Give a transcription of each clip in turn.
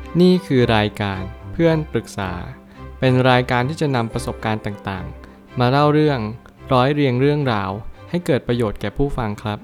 นี่คือรายการเพื่อนปรึกษาเป็นรายการที่จะนำประสบการณ์ต่างๆมาเล่าเรื่องร้อยเรียงเรื่องราวให้เกิดประโยชน์แก่ผู้ฟังครับ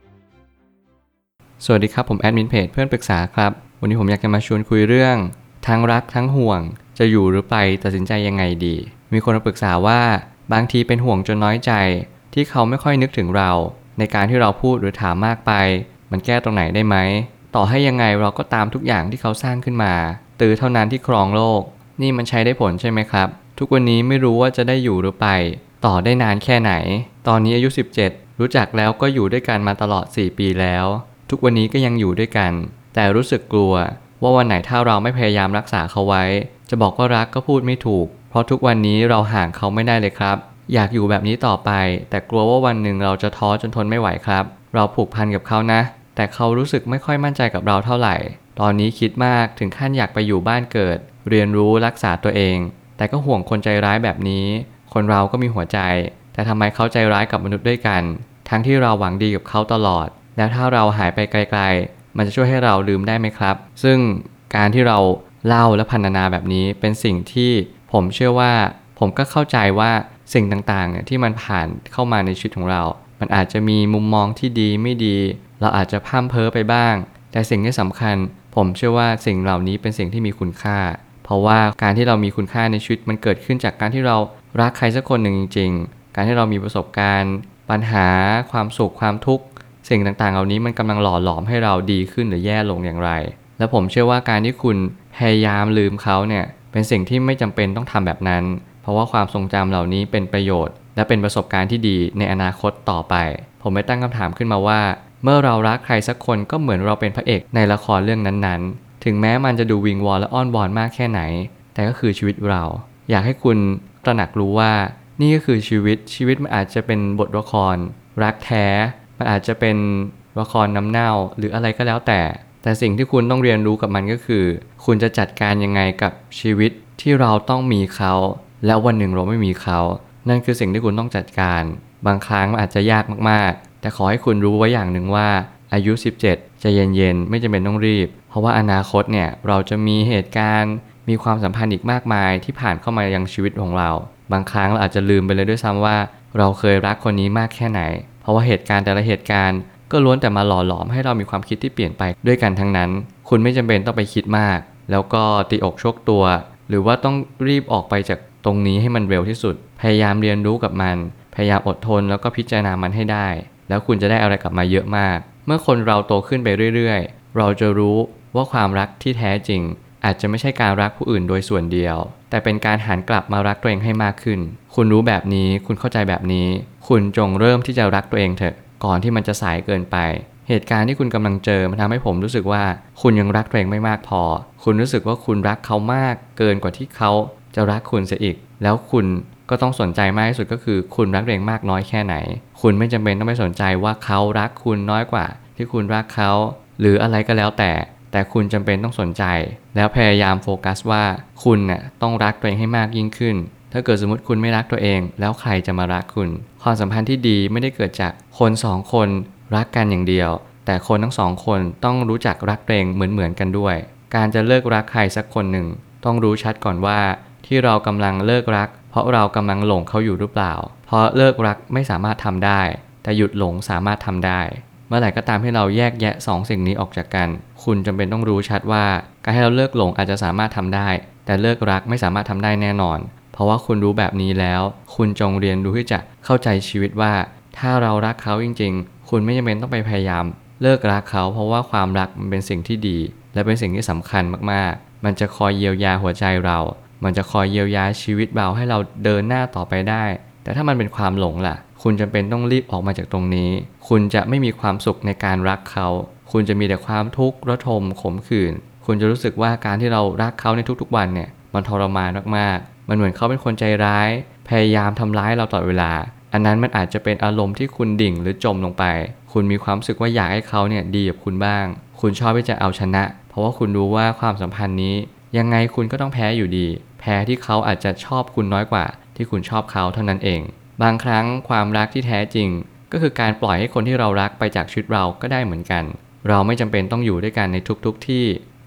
สวัสดีครับผมแอดมินเพจเพื่อนปรึกษาครับวันนี้ผมอยากจะมาชวนคุยเรื่องทั้งรักทั้งห่วงจะอยู่หรือไปตัดสินใจยังไงดีมีคนมาปรึกษาว่าบางทีเป็นห่วงจนน้อยใจที่เขาไม่ค่อยนึกถึงเราในการที่เราพูดหรือถามมากไปมันแก้ตรงไหนได้ไหมต่อให้ยังไงเราก็ตามทุกอย่างที่เขาสร้างขึ้นมาตือเท่านั้นที่ครองโลกนี่มันใช้ได้ผลใช่ไหมครับทุกวันนี้ไม่รู้ว่าจะได้อยู่หรือไปต่อได้นานแค่ไหนตอนนี้อายุ17รู้จักแล้วก็อยู่ด้วยกันมาตลอด4ปีแล้วทุกวันนี้ก็ยังอยู่ด้วยกันแต่รู้สึกกลัวว่าวันไหนถ้าเราไม่พยายามรักษาเขาไว้จะบอกว่ารักก็พูดไม่ถูกเพราะทุกวันนี้เราห่างเขาไม่ได้เลยครับอยากอยู่แบบนี้ต่อไปแต่กลัวว่าวันหนึ่งเราจะท้อจนทนไม่ไหวครับเราผูกพันกับเขานะแต่เขารู้สึกไม่ค่อยมั่นใจกับเราเท่าไหร่ตอนนี้คิดมากถึงขั้นอยากไปอยู่บ้านเกิดเรียนรู้รักษาตัวเองแต่ก็ห่วงคนใจร้ายแบบนี้คนเราก็มีหัวใจแต่ทำไมเขาใจร้ายกับมนุษย์ด้วยกันทั้งที่เราหวังดีกับเขาตลอดแล้วถ้าเราหายไปไกลๆมันจะช่วยให้เราลืมได้ไหมครับซึ่งการที่เราเล่าและพรรณนาแบบนี้เป็นสิ่งที่ผมเชื่อว่าผมก็เข้าใจว่าสิ่งต่างๆที่มันผ่านเข้ามาในชีวิตของเรามันอาจจะมีมุมมองที่ดีไม่ดีเราอาจจะพร่ำเพ้อไปบ้างแต่สิ่งที่สำคัญผมเชื่อว่าสิ่งเหล่านี้เป็นสิ่งที่มีคุณค่าเพราะว่าการที่เรามีคุณค่าในชีวิตมันเกิดขึ้นจากการที่เรารักใครสักคนหนึ่งจริงๆการที่เรามีประสบการณ์ปัญหาความสุขความทุกข์สิ่งต่างๆเหล่านี้มันกำลังหล่อหลอมให้เราดีขึ้นหรือแย่ลงอย่างไรและผมเชื่อว่าการที่คุณพยายามลืมเขาเนี่ยเป็นสิ่งที่ไม่จำเป็นต้องทำแบบนั้นเพราะว่าความทรงจำเหล่านี้เป็นประโยชน์และเป็นประสบการณ์ที่ดีในอนาคตต่อไปผมไม่ตั้งคำถามขึ้นมาว่าเมื่อเรารักใครสักคนก็เหมือนเราเป็นพระเอกในละครเรื่องนั้นๆถึงแม้มันจะดูวิงวอนและอ้อนวอนมากแค่ไหนแต่ก็คือชีวิตเราอยากให้คุณตระหนักรู้ว่านี่ก็คือชีวิตมันอาจจะเป็นบทละครรักแท้มันอาจจะเป็นละครน้ำเน่าหรืออะไรก็แล้วแต่สิ่งที่คุณต้องเรียนรู้กับมันก็คือคุณจะจัดการยังไงกับชีวิตที่เราต้องมีเขาแล้ววันหนึ่งเราไม่มีเขานั่นคือสิ่งที่คุณต้องจัดการบางครั้งมันอาจจะยากมากๆแต่ขอให้คุณรู้ไว้อย่างหนึ่งว่าอายุ17จะเย็นๆไม่จำเป็นต้องรีบเพราะว่าอนาคตเนี่ยเราจะมีเหตุการณ์มีความสัมพันธ์อีกมากมายที่ผ่านเข้ามายังชีวิตของเราบางครั้งเราอาจจะลืมไปเลยด้วยซ้ำว่าเราเคยรักคนนี้มากแค่ไหนเพราะว่าเหตุการณ์แต่ละเหตุการณ์ก็ล้วนแต่มาหล่อหลอมให้เรามีความคิดที่เปลี่ยนไปด้วยกันทั้งนั้นคุณไม่จำเป็นต้องไปคิดมากแล้วก็ตีอกชกตัวหรือว่าต้องรีบออกไปจากตรงนี้ให้มันเร็วที่สุดพยายามเรียนรู้กับมันพยายามอดทนแล้วก็พิจารณามันให้ได้แล้วคุณจะได้อะไรกลับมาเยอะมากเมื่อคนเราโตขึ้นไปเรื่อยๆเราจะรู้ว่าความรักที่แท้จริงอาจจะไม่ใช่การรักผู้อื่นโดยส่วนเดียวแต่เป็นการหันกลับมารักตัวเองให้มากขึ้นคุณรู้แบบนี้คุณเข้าใจแบบนี้คุณจงเริ่มที่จะรักตัวเองเถอะก่อนที่มันจะสายเกินไปเหตุการณ์ที่คุณกำลังเจอมันทำให้ผมรู้สึกว่าคุณยังรักตัวเองไม่มากพอคุณรู้สึกว่าคุณรักเขามากเกินกว่าที่เขาจะรักคุณเสียอีกแล้วคุณก็ต้องสนใจมากที่สุดก็คือคุณรักตัวเองมากน้อยแค่ไหนคุณไม่จำเป็นต้องไปสนใจว่าเขารักคุณน้อยกว่าที่คุณรักเขาหรืออะไรก็แล้วแต่คุณจำเป็นต้องสนใจแล้วพยายามโฟกัสว่าคุณน่ะต้องรักตัวเองให้มากยิ่งขึ้นถ้าเกิดสมมติคุณไม่รักตัวเองแล้วใครจะมารักคุณความสัมพันธ์ที่ดีไม่ได้เกิดจากคนสองคนรักกันอย่างเดียวแต่คนทั้งสองคนต้องรู้จักรักตัวเองเหมือนกันด้วยการจะเลิกรักใครสักคนหนึ่งต้องรู้ชัดก่อนว่าที่เรากำลังเลิกรักเพราะเรากำลังหลงเขาอยู่หรือเปล่าเพราะเลิกรักไม่สามารถทำได้แต่หยุดหลงสามารถทำได้เมื่อไหร่ก็ตามที่เราแยกแยะ2 สิ่งนี้ออกจากกันคุณจำเป็นต้องรู้ชัดว่าการให้เราเลิกหลงอาจจะสามารถทำได้แต่เลิกรักไม่สามารถทำได้แน่นอนเพราะว่าคุณรู้แบบนี้แล้วคุณจงเรียนรู้ที่จะเข้าใจชีวิตว่าถ้าเรารักเขาจริงๆคุณไม่จำเป็นต้องไปพยายามเลิกรักเขาเพราะว่าความรักมันเป็นสิ่งที่ดีและเป็นสิ่งที่สำคัญมากๆมันจะคอยเยียวยาหัวใจเรามันจะคอยเยียวยาชีวิตเราให้เราเดินหน้าต่อไปได้แต่ถ้ามันเป็นความหลงล่ะคุณจำเป็นต้องรีบออกมาจากตรงนี้คุณจะไม่มีความสุขในการรักเขาคุณจะมีแต่ความทุกข์ระทมขมขื่นคุณจะรู้สึกว่าการที่เรารักเขาในทุกๆวันเนี่ยมันทรมานมากๆมันเหมือนเขาเป็นคนใจร้ายพยายามทำร้ายเราตลอดเวลาอันนั้นมันอาจจะเป็นอารมณ์ที่คุณดิ่งหรือจมลงไปคุณมีความรู้สึกว่าอยากให้เขาเนี่ยดีกับคุณบ้างคุณชอบที่จะเอาชนะเพราะว่าคุณรู้ว่าความสัมพันธ์นี้ยังไงคุณก็ต้องแพ้อยู่ดีแพ้ที่เขาอาจจะชอบคุณน้อยกว่าที่คุณชอบเขาเท่านั้นเองบางครั้งความรักที่แท้จริงก็คือการปล่อยให้คนที่เรารักไปจากชีวิตเราก็ได้เหมือนกันเราไม่จำเป็นต้องอยู่ด้วยกันในทุกๆที่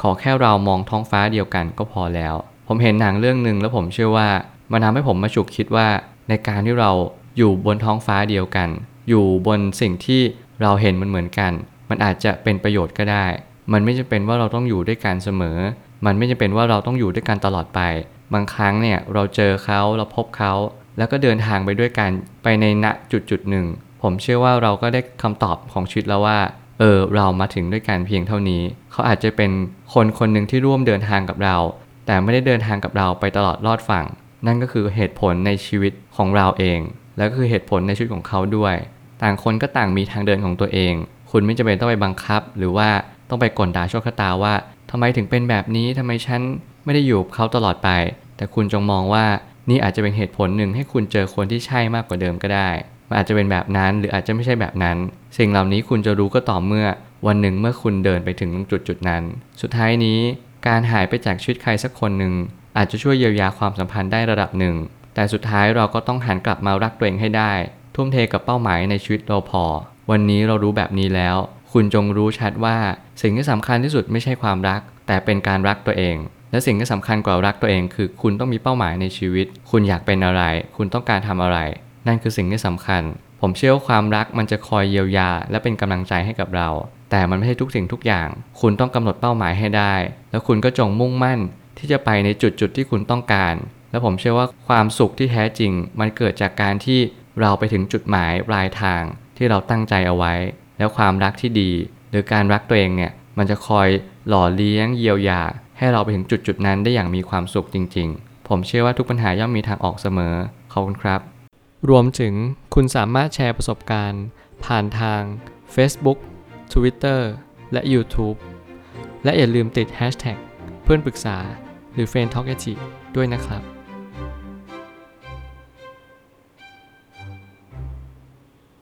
ขอแค่เรามองท้องฟ้าเดียวกันก็พอแล้วผมเห็นหนังเรื่องนึงแล้วผมเชื่อว่ามันทำให้ผมมาฉุกคิดว่าในการที่เราอยู่บนท้องฟ้าเดียวกันอยู่บนสิ่งที่เราเห็นเหมือนกันมันอาจจะเป็นประโยชน์ก็ได้มันไม่จำเป็นว่าเราต้องอยู่ด้วยกันเสมอมันไม่จำเป็นว่าเราต้องอยู่ด้วยกันตลอดไปบางครั้งเนี่ยเราเจอเขาเราพบเขาแล้วก็เดินทางไปด้วยกันไปในณจุดหนึ่งผมเชื่อว่าเราก็ได้คำตอบของชีวิตแล้วว่าเรามาถึงด้วยกันเพียงเท่านี้เขาอาจจะเป็นคนคนหนึ่งที่ร่วมเดินทางกับเราแต่ไม่ได้เดินทางกับเราไปตลอดรอดฝั่งนั่นก็คือเหตุผลในชีวิตของเราเองแล้วก็คือเหตุผลในชีวิตของเขาด้วยต่างคนก็ต่างมีทางเดินของตัวเองคุณไม่จำเป็นต้องไปบังคับหรือว่าต้องไปกลด่าโชคชะตาว่าทำไมถึงเป็นแบบนี้ทำไมฉันไม่ได้อยู่กับเขาตลอดไปแต่คุณจงมองว่านี่อาจจะเป็นเหตุผลหนึ่งให้คุณเจอคนที่ใช่มากกว่าเดิมก็ได้มันอาจจะเป็นแบบนั้นหรืออาจจะไม่ใช่แบบนั้นสิ่งเหล่านี้คุณจะรู้ก็ต่อเมื่อวันหนึ่งเมื่อคุณเดินไปถึงจุดนั้นสุดท้ายนี้การหายไปจากชีวิตใครสักคนหนึ่งอาจจะช่วยเยียวยาความสัมพันธ์ได้ระดับหนึ่งแต่สุดท้ายเราก็ต้องหันกลับมารักตัวเองให้ได้ทุ่มเทกับเป้าหมายในชีวิตเราพอวันนี้เรารู้แบบนี้แล้วคุณจงรู้ชัดว่าสิ่งที่สำคัญที่สุดไม่ใช่ความรักแต่เป็นการรักตัวเองและสิ่งที่สำคัญกว่ารักตัวเองคือคุณต้องมีเป้าหมายในชีวิตคุณอยากเป็นอะไรคุณต้องการทำอะไรนั่นคือสิ่งที่สำคัญผมเชื่อว่าความรักมันจะคอยเยียวยาและเป็นกำลังใจให้กับเราแต่มันไม่ใช่ทุกสิ่งทุกอย่างคุณต้องกำหนดเป้าหมายให้ได้แล้วคุณก็จงมุ่งมั่นที่จะไปในจุดที่คุณต้องการและผมเชื่อว่าความสุขที่แท้จริงมันเกิดจากการที่เราไปถึงจุดหมายปลายทางที่เราตั้งใจเอาไว้แล้วความรักที่ดีหรือการรักตัวเองเนี่ยมันจะคอยหล่อเลี้ยงเยียวยาให้เราไปถึงจุดนั้นได้อย่างมีความสุขจริงๆผมเชื่อว่าทุกปัญหาย่อมมีทางออกเสมอขอบคุณครับรวมถึงคุณสามารถแชร์ประสบการณ์ผ่านทาง Facebook Twitter และ YouTube และอย่าลืมติด Hashtag เพื่อนปรึกษาหรือ Friend Talk ด้วยนะครับ